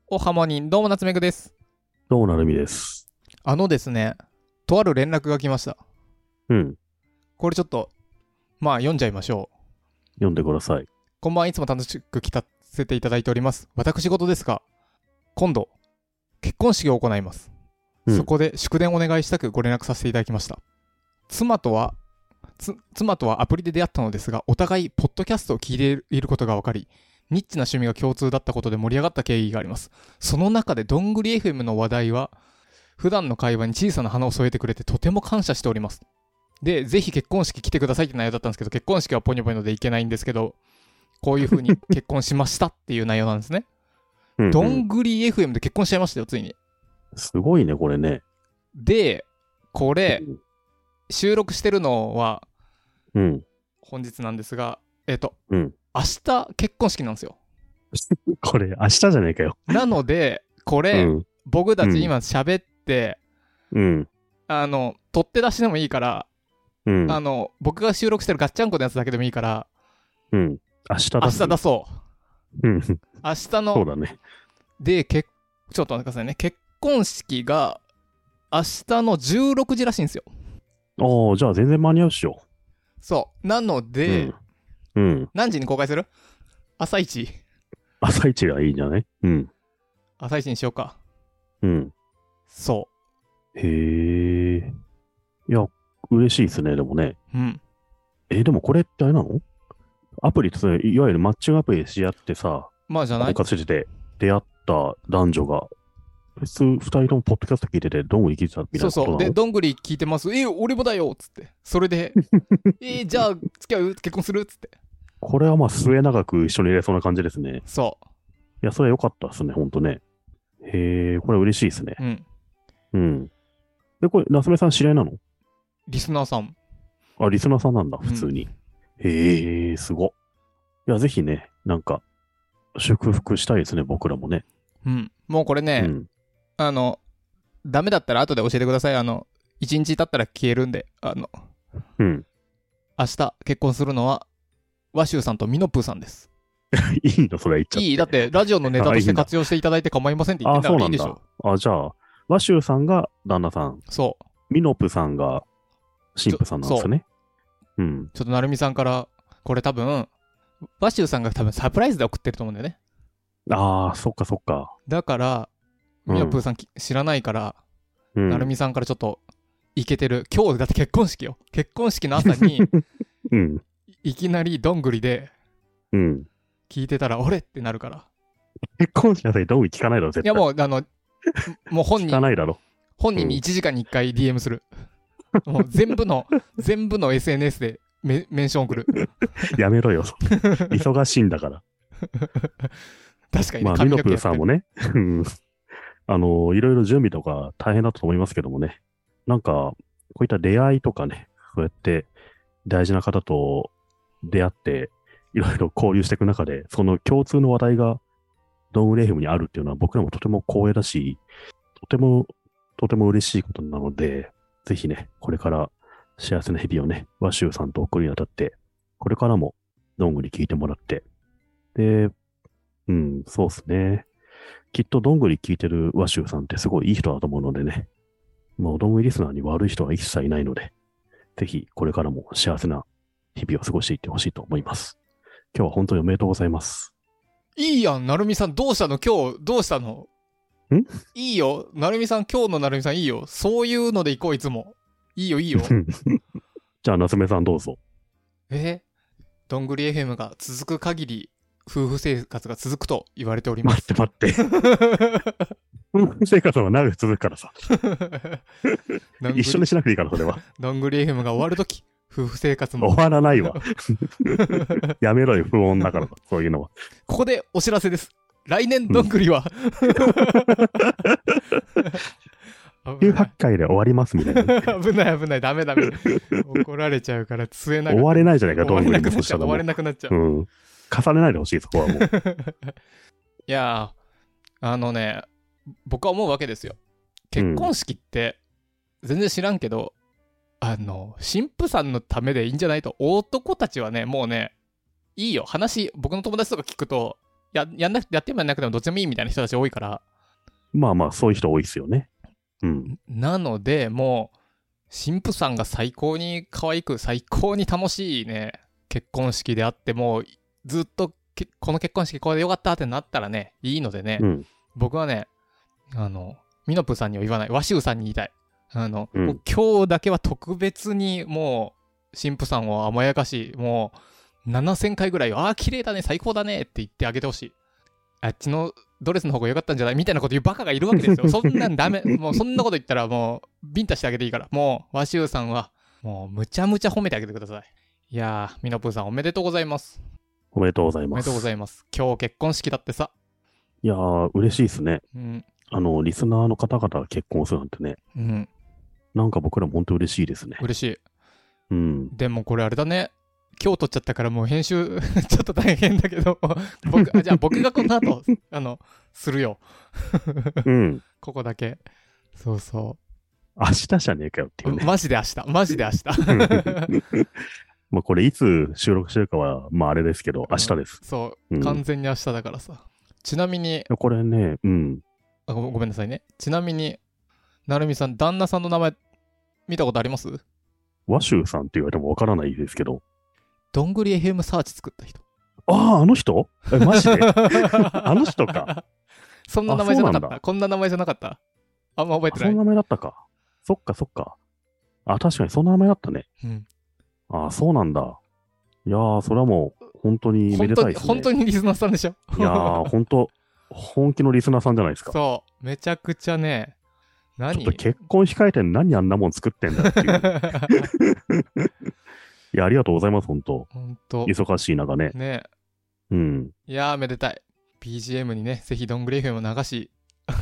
おはもにん、どうも夏目くです。 どうもなるみです。 ですね、とある連絡が来ました。 うん。 これちょっと、読んじゃいましょう。 読んでください。 こんばんはいつも楽しく聞かせていただいております。私事ですが、今度、結婚式を行います。そこで祝電お願いしたくご連絡させていただきました。妻とはアプリで出会ったのですが、お互いポッドキャストを聞いていることが分かり、ニッチな趣味が共通だったことで盛り上がった経緯があります。その中でどんぐり FM の話題は、普段の会話に小さな花を添えてくれてとても感謝しております。で、ぜひ結婚式来てくださいって内容だったんですけど、結婚式はポニョポニョで行けないんですけど、こういう風に結婚しましたっていう内容なんですね。どんぐり FM で結婚しちゃいましたよ、ついに。 すごいね、これね。 で、これ、収録してるのは、本日なんですが、明日結婚式なんですよ。 これ、明日じゃねえかよ。 なので、これ、僕たち今喋って、取って出しでもいいから、僕が収録してるガッチャンコのやつだけでもいいから、 明日出そう。明日の、 そうだね。 で、ちょっと待ってくださいね。結婚式が明日の16時らしいんですよ。 ああ、じゃあ全然間に合うっしょ。 そう。なので、何時に公開する？朝一。 朝一がいいんじゃない？ 朝一にしようか。そう。 へえ。いや、嬉しいですね、でもね。でもこれってあれなの？アプリって、いわゆるマッチングアプリで知り合ってさ、 じゃない？ 婚活してて出会った男女が、普通2人ともポッドキャスト聞いてて、どんぐり聞いてたみたいなことなの？ そう。で、どんぐり聞いてます。俺もだよっつって。それで、じゃあ付き合う？結婚するっつって。 これは末永く一緒にいれそうな感じですね。 そう。 いや、それは良かったですね、ほんとね。へえ、これ嬉しいですね。で、これ、夏目さん知り合いなの？ リスナーさん。 あ、リスナーさんなんだ、普通に。へえ、すご。いや、ぜひね、なんか、祝福したいですね、僕らもね。 もうこれね、ダメだったら後で教えてください。1日経ったら消えるんで、明日結婚するのは、和州さんとミノプーさんです。 いいのそれ言っちゃって。 だってラジオのネタとして活用していただいて構いませんって言ってんだからいいでしょ。 じゃあ、和州さんが旦那さん。 そう。 ミノプさんが新婦さんなんですよね。 ちょっと成美さんから、これ多分、和州さんが多分サプライズで送ってると思うんだよね。 ああ、そっかそっか。 だから、ミノプーさん知らないから、成美さんからちょっと、イケてる。今日だって結婚式よ。結婚式の朝に、いきなりどんぐりで、聞いてたら、俺ってなるから。 結婚式の朝にどんぐり聞かないだろ、絶対。 いやもう、もう本人、 聞かないだろ。 本人に1時間に1回 DM する。もう全部の SNS でメンション送る。 やめろよ。忙しいんだから。 確かにね。 ミノプさんもね、いろいろ準備とか大変だったと思いますけどもね。なんか、こういった出会いとかね、そうやって大事な方と出会って、いろいろ交流していく中で、その共通の話題がドングレーフムにあるっていうのは僕らもとても光栄だし、とても嬉しいことなので、ぜひね、これから幸せな日々をね、和州さんと送るにあたって、これからもどんぐり聞いてもらって、で、そうですね。きっとどんぐり聞いてる和州さんってすごいいい人だと思うのでね、もうどんぐりリスナーに悪い人は一切いないので、ぜひこれからも幸せな日々を過ごしていってほしいと思います。今日は本当におめでとうございます。 いいやん、なるみさんどうしたの？今日どうしたの？いいよ。なるみさん、今日のなるみさんいいよ。そういうので行こう、いつも。いいよ。 じゃあ、夏目さんどうぞ。 どんぐり FM が続く限り、夫婦生活が続くと言われております。 待って。夫婦生活は長く続くからさ。一緒にしなくていいから、それは。 どんぐり FM が終わるとき、夫婦生活も。 終わらないわ。やめろよ、不穏だから、そういうのは。 ここでお知らせです。来年どんぐりは、 18回で終わりますみたいな。 危ない、ダメ。怒られちゃうから終えな終われないじゃないか、どんぐりも。 終われなくなっちゃう。 重ねないでほしい、そこはもう。 いや僕は思うわけですよ。結婚式って、全然知らんけど、新婦さんのためでいいんじゃないと。男たちはね、もうね、いいよ。僕の友達とか聞くと、 やってもやんなくてもどっちでもいいみたいな人たち多いから。 まあまあ、そういう人多いですよね。うん。 なので、もう、神父さんが最高に可愛く、最高に楽しいね、結婚式であって、もう、ずっとこの結婚式これでよかったってなったらね、いいのでね、 うん、 僕はね、ミノプさんには言わない、ワシウさんに言いたい。 うん、 もう今日だけは特別にもう、神父さんを甘やかし、もう、7000回ぐらい、ああ、綺麗だね、最高だねって言ってあげてほしい。あっちのドレスの方が良かったんじゃないみたいなこと言うバカがいるわけですよ。そんなんダメ。もうそんなこと言ったらもう、ビンタしてあげていいから。もう、ワシュウさんは、もう、むちゃむちゃ褒めてあげてください。いやー、ミノプーさんおめでとうございます。 おめでとうございます。 おめでとうございます。今日結婚式だってさ。 いやー、嬉しいですね。 うん。 リスナーの方々が結婚するなんてね。 うん。 なんか僕らも本当嬉しいですね。 嬉しい。 うん。 でもこれあれだね。今日撮っちゃったからもう編集ちょっと大変だけどじゃあ僕がこの後するようん。 ここだけ。そうそう。 明日じゃねえかよっていうね。 マジで明日。マジで明日。 まあこれいつ収録してるかは、まああれですけど、明日です。 そう、完全に明日だからさ。ちなみに、 これね、うん。 ごめんなさいね。ちなみに、なるみさん、旦那さんの名前見たことあります？ 和州さんって言われてもわからないですけど。 どんぐり FM サーチ作った人。 ああ、あの人？マジであの人か。 そんな名前じゃなかった。こんな名前じゃなかった。あんま覚えてない。 そんな名前だったか。そっかそっか。あ、確かにそんな名前だったね。 うん。 ああ、そうなんだ。いやー、それはもう、本当にめでたいですね。 本当にリスナーさんでしょ。 いやー、本当、本気のリスナーさんじゃないですか。 そう。めちゃくちゃね、 ちょっと結婚控えて何あんなもん作ってんだっていう。いや、ありがとうございます、本当。 本当。 忙しい中ね。 ね。 うん。 いやー、めでたい。BGM にね、ぜひどんぐり FM を流し。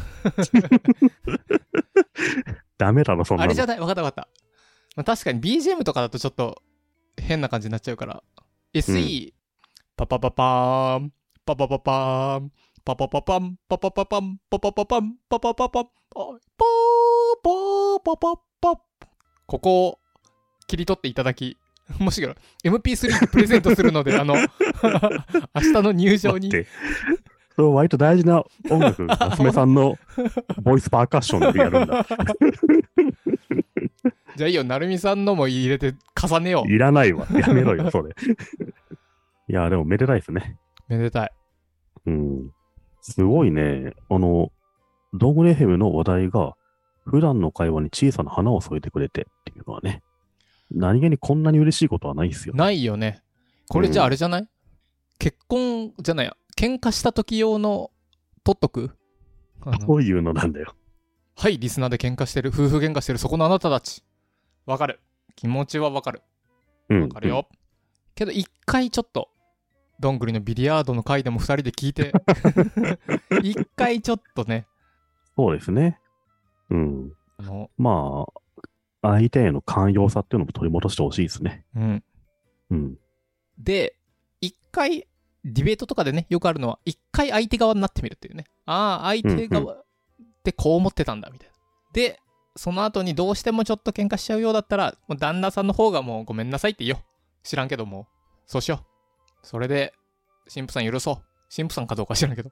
ダメだろ、そんなの。 あれじゃない、わかったわかった。まあ、確かに BGM とかだとちょっと変な感じになっちゃうから。SE、パパパパーン、パパパパーン、パパパパン、パパパパン、パパパパン、パパパパン、パーパーパパパ。ここを切り取っていただき、もしか MP3 でプレゼントするので、明日の入場に。 それ割と大事な音楽、娘さんのボイスパーカッションでやるんだ。 じゃあいいよ、なるみさんのも入れて重ねよう。 いらないわ。やめろよ、それ。いや、でもめでたいですね。 めでたい。 うん。すごいね。どんぐり FM の話題が、普段の会話に小さな花を添えてくれてっていうのはね、何気にこんなに嬉しいことはないですよ。 ないよね。これじゃああれじゃない、結婚じゃないや。喧嘩した時用の取っとく？ どういうのなんだよ。 はい、リスナーで喧嘩してる、夫婦喧嘩してる、そこのあなたたち。わかる。気持ちはわかる。わかるよ。けど一回ちょっと、どんぐりのビリヤードの回でも2人で聞いて、一回ちょっとね。 そうですね。うん。まあ、相手への寛容さっていうのも取り戻してほしいですね。 うん。 うん。 で、一回、ディベートとかでね、よくあるのは、一回相手側になってみるっていうね。ああ、相手側ってこう思ってたんだ、みたいな。で、その後にどうしてもちょっと喧嘩しちゃうようだったら、もう旦那さんの方がもうごめんなさいって言おう。知らんけども、そうしよう。それで、神父さん許そう。神父さんかどうか知らんけど。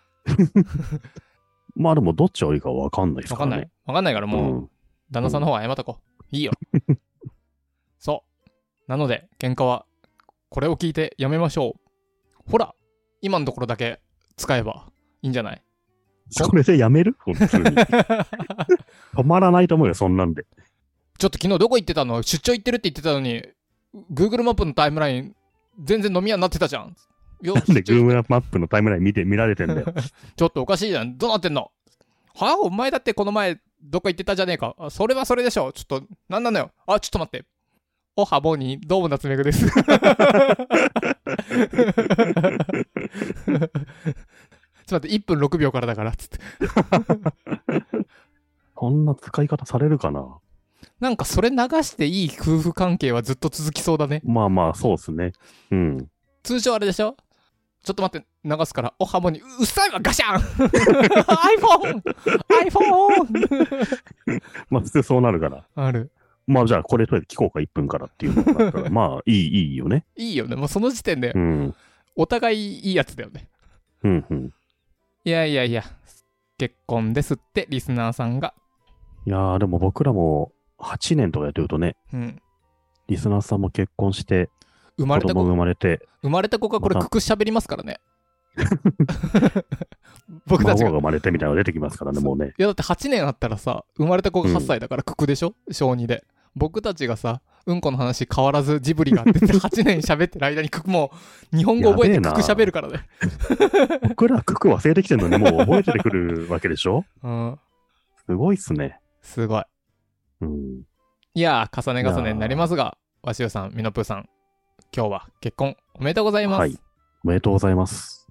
まあでもどっちがいいか分かんないですからね。 わかんないからもう、旦那さんの方は謝っとこう。いいよ。そう。なので、喧嘩は、これを聞いてやめましょう。ほら、今のところだけ使えばいいんじゃない？ それでやめる？普通に。止まらないと思うよ、そんなんで。 ちょっと昨日どこ行ってたの？出張行ってるって言ってたのに、Google マップのタイムライン、全然飲み屋になってたじゃん。 なんで Google マップのタイムライン見られてんだよ。 ちょっとおかしいじゃん。どうなってんの？はあ、お前だってこの前、どっか行ってたじゃねえか。それはそれでしょ。ちょっと、なんなのよ。あ、ちょっと待って。おはぼに、どうも夏目ぐです。ちょっと待って、1分6秒からだから、つって。 こんな使い方されるかな？ なんかそれ流していい夫婦関係はずっと続きそうだね。 まあまあ、そうですね。うん。 通常あれでしょ？ちょっと待って、流すから、おはぼに、うっさいわ、ガシャン!iPhone!iPhone! まあ、普通そうなるから。 ある。 まあ、じゃあ、これとりあえず聞こうか、1分からっていうのがあったら、まあ、いいよね。 いいよね。もうその時点で、 うん。 お互いいいやつだよね。 うんうん。 いやいやいや、結婚ですって、リスナーさんが。 いやー、でも僕らも8年とかやってるとね、 うん。 リスナーさんも結婚して、子供が生まれた子、生まれた子がこれ、 またくくしゃべりますからね。僕たちが。 孫が生まれてみたいなのが出てきますからね、もうね。 いやだって8年あったらさ、生まれた子が8 うん。 歳だからククでしょ、小2で。僕たちがさ、うんこの話変わらずジブリがあってて8年喋ってる間にククもう日本語覚えてクク喋るからね。 僕らクク忘れてきてるのにもう覚えてくるわけでしょ。 うん。 すごいっすね。 すごい。 うん。 いやー、重ね重ねになりますが、わしゅうさん、みのぷーさん、今日は結婚おめでとうございます。 はい。おめでとうございます。